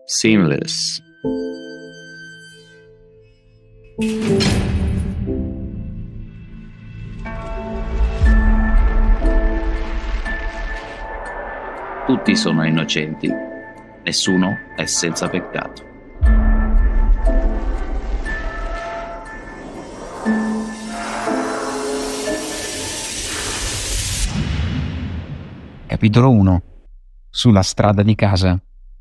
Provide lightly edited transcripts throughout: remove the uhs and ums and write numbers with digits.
Seamless. Tutti sono innocenti, nessuno è senza peccato. Capitolo 1. Sulla strada di casa.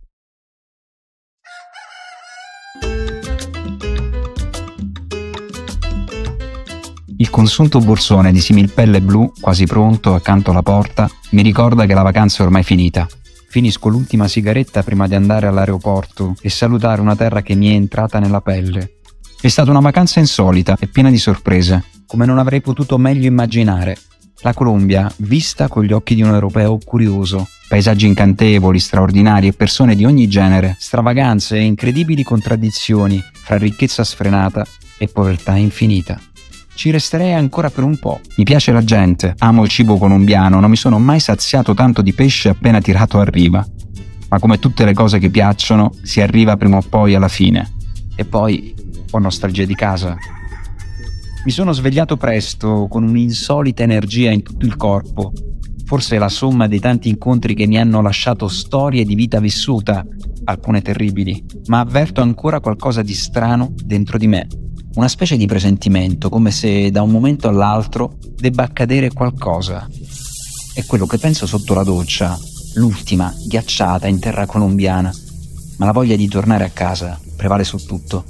Il consunto borsone di similpelle blu, quasi pronto accanto alla porta, mi ricorda che la vacanza è ormai finita. Finisco l'ultima sigaretta prima di andare all'aeroporto e salutare una terra che mi è entrata nella pelle. È stata una vacanza insolita e piena di sorprese, come non avrei potuto meglio immaginare. La Colombia, vista con gli occhi di un europeo curioso, paesaggi incantevoli, straordinari e persone di ogni genere, stravaganze e incredibili contraddizioni fra ricchezza sfrenata e povertà infinita. Ci resterei ancora per un po'. Mi piace la gente, amo il cibo colombiano, non mi sono mai saziato tanto di pesce appena tirato a riva. Ma come tutte le cose che piacciono, si arriva prima o poi alla fine. E poi ho nostalgia di casa. Mi sono svegliato presto, con un'insolita energia in tutto il corpo. Forse è la somma dei tanti incontri che mi hanno lasciato storie di vita vissuta, alcune terribili, ma avverto ancora qualcosa di strano dentro di me. Una specie di presentimento, come se da un momento all'altro debba accadere qualcosa. È quello che penso sotto la doccia, l'ultima, ghiacciata in terra colombiana, ma la voglia di tornare a casa prevale su tutto.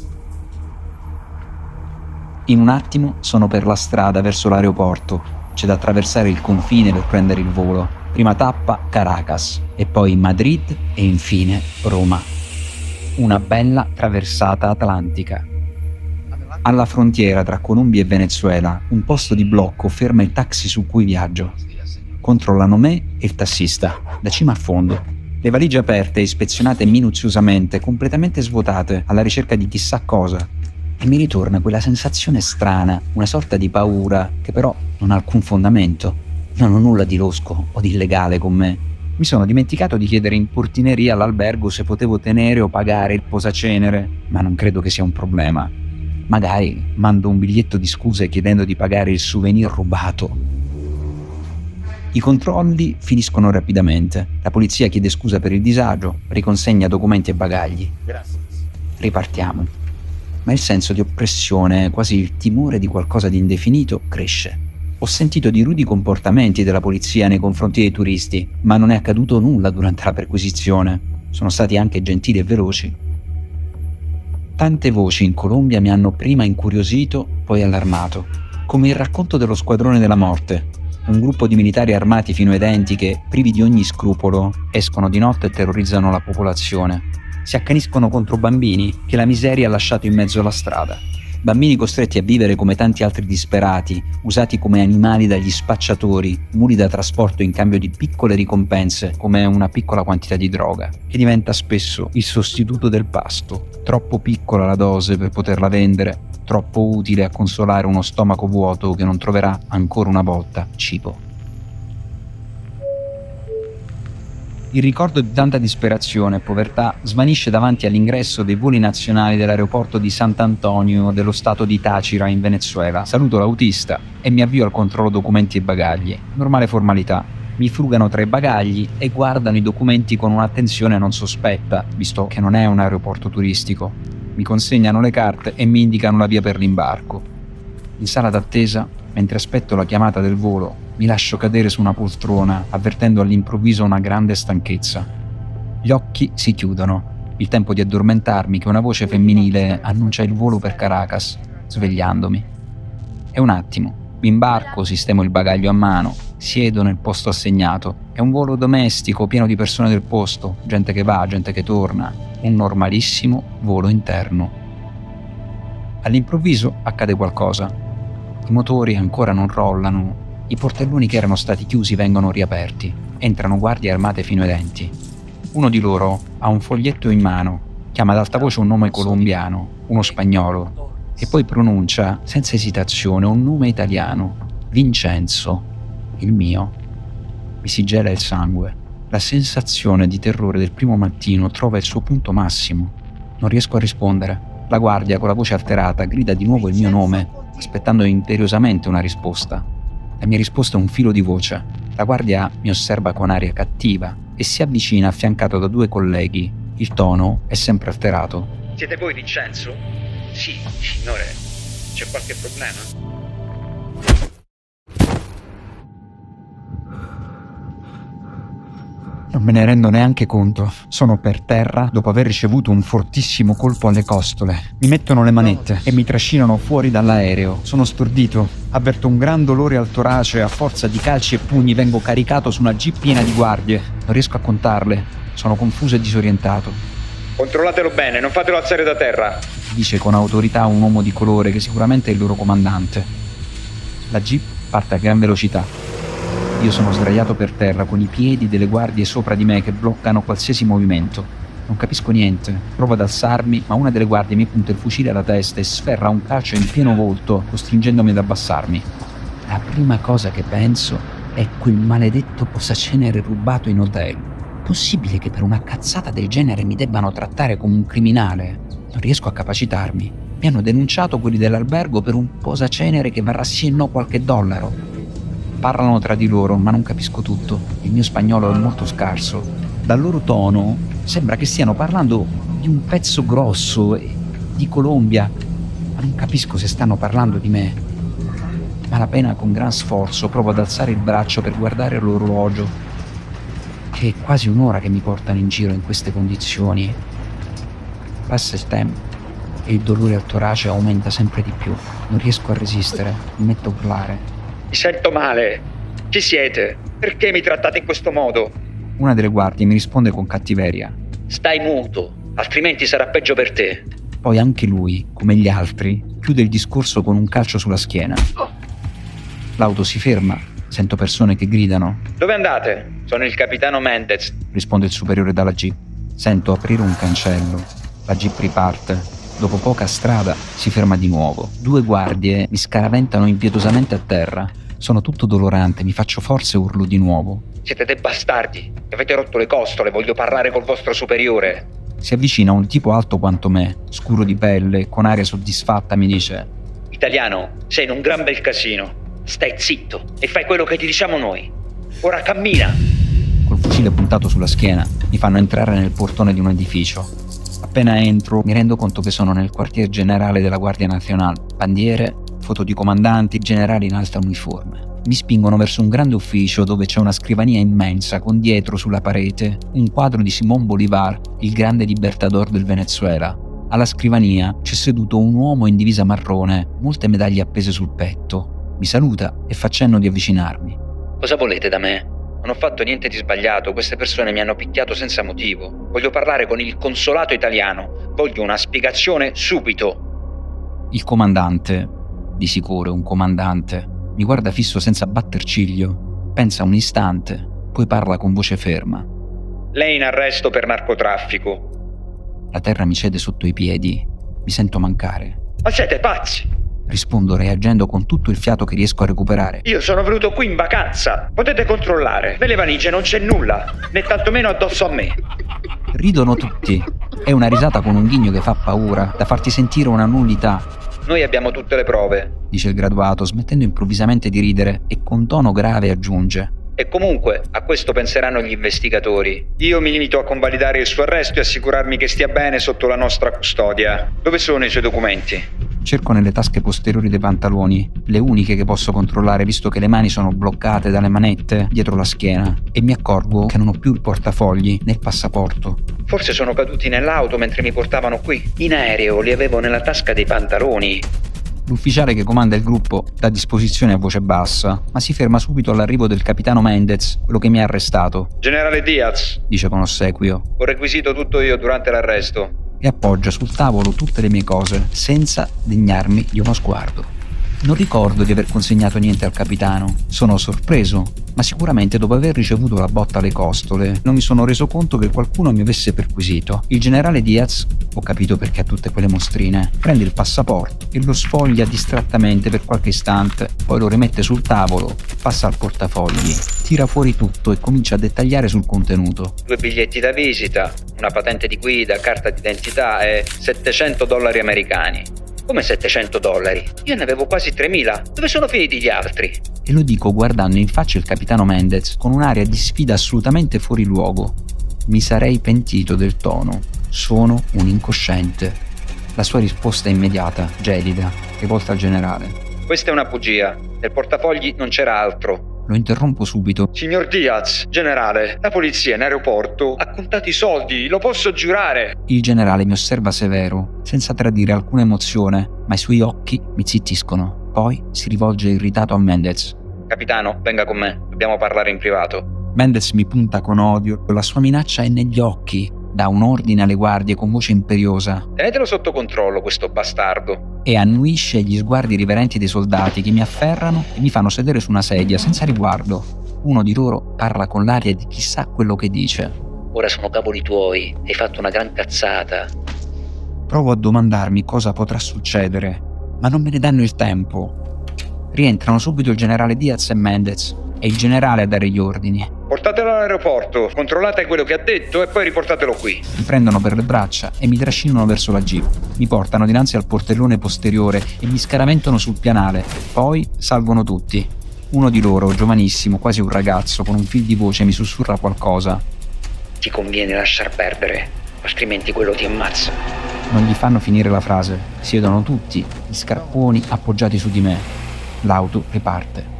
In un attimo sono per la strada verso l'aeroporto, c'è da attraversare il confine per prendere il volo. Prima tappa Caracas, e poi Madrid e infine Roma. Una bella traversata atlantica. Alla frontiera tra Colombia e Venezuela, un posto di blocco ferma il taxi su cui viaggio. Controllano me e il tassista, da cima a fondo. Le valigie aperte e ispezionate minuziosamente, completamente svuotate, alla ricerca di chissà cosa. E mi ritorna quella sensazione strana, una sorta di paura, che però non ha alcun fondamento. Non ho nulla di losco o di illegale con me. Mi sono dimenticato di chiedere in portineria all'albergo se potevo tenere o pagare il posacenere, ma non credo che sia un problema. Magari mando un biglietto di scuse chiedendo di pagare il souvenir rubato. I controlli finiscono rapidamente. La polizia chiede scusa per il disagio, riconsegna documenti e bagagli. Ripartiamo. Ma il senso di oppressione, quasi il timore di qualcosa di indefinito, cresce. Ho sentito di rudi comportamenti della polizia nei confronti dei turisti, ma non è accaduto nulla durante la perquisizione. Sono stati anche gentili e veloci. Tante voci in Colombia mi hanno prima incuriosito, poi allarmato. Come il racconto dello Squadrone della Morte, un gruppo di militari armati fino ai denti che, privi di ogni scrupolo, escono di notte e terrorizzano la popolazione. Si accaniscono contro bambini che la miseria ha lasciato in mezzo alla strada. Bambini costretti a vivere come tanti altri disperati, usati come animali dagli spacciatori, muli da trasporto in cambio di piccole ricompense, come una piccola quantità di droga, che diventa spesso il sostituto del pasto. Troppo piccola la dose per poterla vendere, troppo utile a consolare uno stomaco vuoto che non troverà ancora una volta cibo. Il ricordo di tanta disperazione e povertà svanisce davanti all'ingresso dei voli nazionali dell'aeroporto di Sant'Antonio dello stato di Táchira in Venezuela. Saluto l'autista e mi avvio al controllo documenti e bagagli. Normale formalità. Mi frugano tra i bagagli e guardano i documenti con un'attenzione non sospetta, visto che non è un aeroporto turistico. Mi consegnano le carte e mi indicano la via per l'imbarco. In sala d'attesa, mentre aspetto la chiamata del volo, mi lascio cadere su una poltrona, avvertendo all'improvviso una grande stanchezza. Gli occhi si chiudono, il tempo di addormentarmi che una voce femminile annuncia il volo per Caracas, svegliandomi. È un attimo, mi imbarco, sistemo il bagaglio a mano, siedo nel posto assegnato. È un volo domestico, pieno di persone del posto, gente che va, gente che torna. Un normalissimo volo interno. All'improvviso accade qualcosa. I motori ancora non rollano. I portelloni che erano stati chiusi vengono riaperti. Entrano guardie armate fino ai denti. Uno di loro ha un foglietto in mano, chiama ad alta voce un nome colombiano, uno spagnolo, e poi pronuncia, senza esitazione, un nome italiano, Vincenzo, il mio. Mi si gela il sangue. La sensazione di terrore del primo mattino trova il suo punto massimo. Non riesco a rispondere. La guardia, con la voce alterata, grida di nuovo il mio nome, aspettando imperiosamente una risposta. La mia risposta è un filo di voce. La guardia mi osserva con aria cattiva e si avvicina affiancato da 2 colleghi. Il tono è sempre alterato. Siete voi Vincenzo? Sì, signore. C'è qualche problema? Non me ne rendo neanche conto. Sono per terra dopo aver ricevuto un fortissimo colpo alle costole. Mi mettono le manette e mi trascinano fuori dall'aereo. Sono stordito. Avverto un gran dolore al torace. A forza di calci e pugni vengo caricato su una jeep piena di guardie. Non riesco a contarle. Sono confuso e disorientato. Controllatelo bene, non fatelo alzare da terra. Dice con autorità un uomo di colore che sicuramente è il loro comandante. La jeep parte a gran velocità. Io sono sdraiato per terra con i piedi delle guardie sopra di me che bloccano qualsiasi movimento. Non capisco niente. Provo ad alzarmi, ma una delle guardie mi punta il fucile alla testa e sferra un calcio in pieno volto, costringendomi ad abbassarmi. La prima cosa che penso è quel maledetto posacenere rubato in hotel. Possibile che per una cazzata del genere mi debbano trattare come un criminale? Non riesco a capacitarmi. Mi hanno denunciato quelli dell'albergo per un posacenere che varrà sì e no qualche dollaro. Parlano tra di loro, ma non capisco tutto. Il mio spagnolo è molto scarso. Dal loro tono sembra che stiano parlando di un pezzo grosso e di Colombia, ma non capisco se stanno parlando di me. Malapena, con gran sforzo, provo ad alzare il braccio per guardare l'orologio, che è quasi un'ora che mi portano in giro in queste condizioni. Passa il tempo e il dolore al torace aumenta sempre di più. Non riesco a resistere, mi metto a urlare. Mi sento male. Chi siete? Perché mi trattate in questo modo? Una delle guardie mi risponde con cattiveria. Stai muto, altrimenti sarà peggio per te. Poi anche lui, come gli altri, chiude il discorso con un calcio sulla schiena. L'auto si ferma, sento persone che gridano. Dove andate? Sono il capitano Mendez. Risponde il superiore dalla jeep. Sento aprire un cancello. La jeep riparte. Dopo poca strada si ferma di nuovo. 2 guardie mi scaraventano impietosamente a terra. Sono tutto dolorante, mi faccio forza e urlo di nuovo. Siete dei bastardi. Avete rotto le costole, voglio parlare col vostro superiore. Si avvicina un tipo alto quanto me, scuro di pelle, con aria soddisfatta, mi dice: Italiano, sei in un gran bel casino. Stai zitto e fai quello che ti diciamo noi. Ora cammina. Col fucile puntato sulla schiena mi fanno entrare nel portone di un edificio. Appena entro mi rendo conto che sono nel quartier generale della Guardia Nazionale. Bandiere, foto di comandanti, generali in alta uniforme. Mi spingono verso un grande ufficio dove c'è una scrivania immensa con dietro sulla parete un quadro di Simón Bolívar, il grande libertador del Venezuela. Alla scrivania c'è seduto un uomo in divisa marrone, molte medaglie appese sul petto. Mi saluta e fa cenno di avvicinarmi. Cosa volete da me? Non ho fatto niente di sbagliato, queste persone mi hanno picchiato senza motivo. Voglio parlare con il consolato italiano. Voglio una spiegazione subito. Il comandante, di sicuro un comandante, mi guarda fisso senza batter ciglio. Pensa un istante, poi parla con voce ferma. Lei in arresto per narcotraffico. La terra mi cede sotto i piedi. Mi sento mancare. Ma siete pazzi? Rispondo reagendo con tutto il fiato che riesco a recuperare. Io sono venuto qui in vacanza. Potete controllare. Nelle valigie non c'è nulla, né tantomeno addosso a me. Ridono tutti. È una risata con un ghigno che fa paura, da farti sentire una nullità. Noi abbiamo tutte le prove, dice il graduato, smettendo improvvisamente di ridere, e con tono grave aggiunge: e comunque a questo penseranno gli investigatori. Io mi limito a convalidare il suo arresto e assicurarmi che stia bene sotto la nostra custodia. Dove sono i suoi documenti? Cerco nelle tasche posteriori dei pantaloni, le uniche che posso controllare visto che le mani sono bloccate dalle manette dietro la schiena, e mi accorgo che non ho più il portafogli né il passaporto. Forse sono caduti nell'auto mentre mi portavano qui. In aereo li avevo nella tasca dei pantaloni. L'ufficiale che comanda il gruppo dà disposizione a voce bassa, ma si ferma subito all'arrivo del capitano Mendez, quello che mi ha arrestato. Generale Diaz, dice con ossequio. Ho requisito tutto io durante l'arresto. E appoggia sul tavolo tutte le mie cose, senza degnarmi di uno sguardo. Non ricordo di aver consegnato niente al capitano. Sono sorpreso, ma sicuramente dopo aver ricevuto la botta alle costole non mi sono reso conto che qualcuno mi avesse perquisito. Il generale Diaz, ho capito perché ha tutte quelle mostrine, prende il passaporto e lo sfoglia distrattamente per qualche istante, poi lo rimette sul tavolo, passa al portafogli, tira fuori tutto e comincia a dettagliare sul contenuto. 2 biglietti da visita, una patente di guida, carta d'identità e $700 americani. Come $700? Io ne avevo quasi 3.000. Dove sono finiti gli altri? E lo dico guardando in faccia il capitano Mendez con un'aria di sfida assolutamente fuori luogo. Mi sarei pentito del tono. Sono un incosciente. La sua risposta è immediata, gelida, rivolta al generale. Questa è una bugia. Nel portafogli non c'era altro. Lo interrompo subito. Signor Diaz, generale, la polizia in aeroporto ha contato i soldi, lo posso giurare. Il generale mi osserva severo, senza tradire alcuna emozione, ma i suoi occhi mi zittiscono. Poi si rivolge irritato a Mendez. Capitano, venga con me, dobbiamo parlare in privato. Mendez mi punta con odio, la sua minaccia è negli occhi. Dà un ordine alle guardie con voce imperiosa. Tenetelo sotto controllo, questo bastardo. E annuisce gli sguardi riverenti dei soldati che mi afferrano e mi fanno sedere su una sedia senza riguardo. Uno di loro parla con l'aria di chi sa quello che dice. Ora sono cavoli tuoi, hai fatto una gran cazzata. Provo a domandarmi cosa potrà succedere, ma non me ne danno il tempo. Rientrano subito il generale Diaz e Mendez. È il generale a dare gli ordini. Portatelo all'aeroporto, controllate quello che ha detto e poi riportatelo qui. Mi prendono per le braccia e mi trascinano verso la jeep. Mi portano dinanzi al portellone posteriore e mi scaraventano sul pianale. Poi salgono tutti. Uno di loro, giovanissimo, quasi un ragazzo, con un fil di voce mi sussurra qualcosa. Ti conviene lasciar perdere, altrimenti quello ti ammazza. Non gli fanno finire la frase. Siedono tutti, gli scarponi appoggiati su di me. L'auto riparte.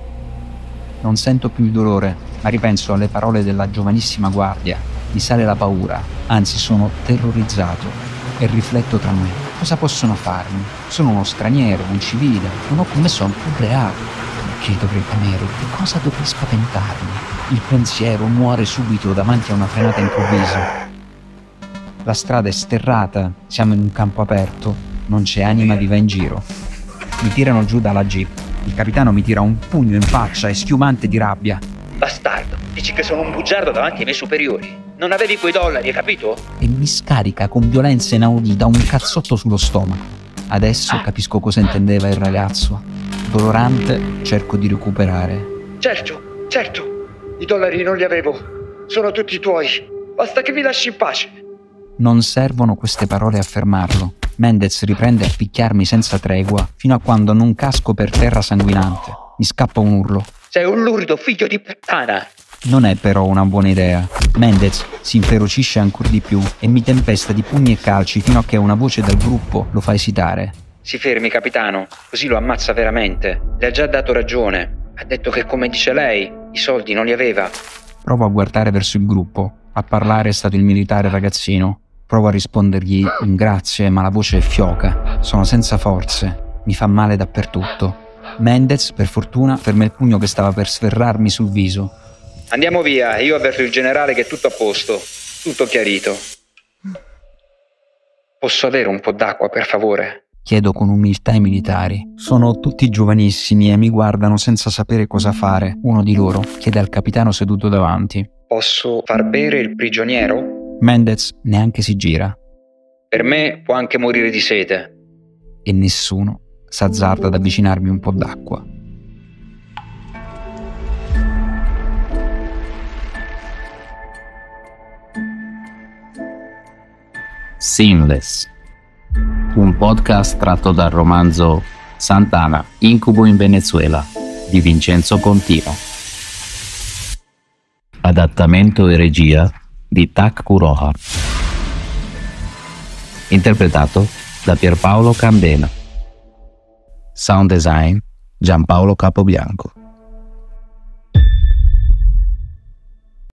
Non sento più il dolore, ma ripenso alle parole della giovanissima guardia. Mi sale la paura, anzi sono terrorizzato e rifletto tra me. Cosa possono farmi? Sono uno straniero, un civile, non ho commesso alcun reato. Perché dovrei temere? Di cosa dovrei spaventarmi? Il pensiero muore subito davanti a una frenata improvvisa. La strada è sterrata, siamo in un campo aperto, non c'è anima viva in giro. Mi tirano giù dalla jeep. Il capitano mi tira un pugno in faccia e schiumante di rabbia. Bastardo, dici che sono un bugiardo davanti ai miei superiori. Non avevi quei $, hai capito? E mi scarica con violenza inaudita un cazzotto sullo stomaco. Adesso capisco cosa intendeva il ragazzo. Dolorante, cerco di recuperare. Certo, i $, non li avevo. Sono tutti tuoi. Basta che mi lasci in pace. Non servono queste parole a fermarlo. Mendez riprende a picchiarmi senza tregua fino a quando non casco per terra sanguinante. Mi scappa un urlo. Sei un lurido figlio di puttana. Non è però una buona idea. Mendez si inferocisce ancora di più e mi tempesta di pugni e calci fino a che una voce dal gruppo lo fa esitare. Si fermi, capitano, così lo ammazza veramente. Le ha già dato ragione. Ha detto che, come dice lei, i soldi non li aveva. Provo a guardare verso il gruppo. A parlare è stato il militare ragazzino. Provo a rispondergli in grazie, ma la voce è fioca. Sono senza forze. Mi fa male dappertutto. Mendez, per fortuna, ferma il pugno che stava per sferrarmi sul viso. Andiamo via, io avverto il generale che è tutto a posto. Tutto chiarito. Posso avere un po' d'acqua, per favore? Chiedo con umiltà ai militari. Sono tutti giovanissimi e mi guardano senza sapere cosa fare. Uno di loro chiede al capitano seduto davanti. Posso far bere il prigioniero? Mendez neanche si gira. Per me può anche morire di sete. E nessuno s'azzarda ad avvicinarmi un po' d'acqua. Seamless, un podcast tratto dal romanzo Santana, incubo in Venezuela di Vincenzo Contino. Adattamento e regia di Tak Kuroha. Interpretato da Pierpaolo Candena. Sound design Giampaolo Capobianco.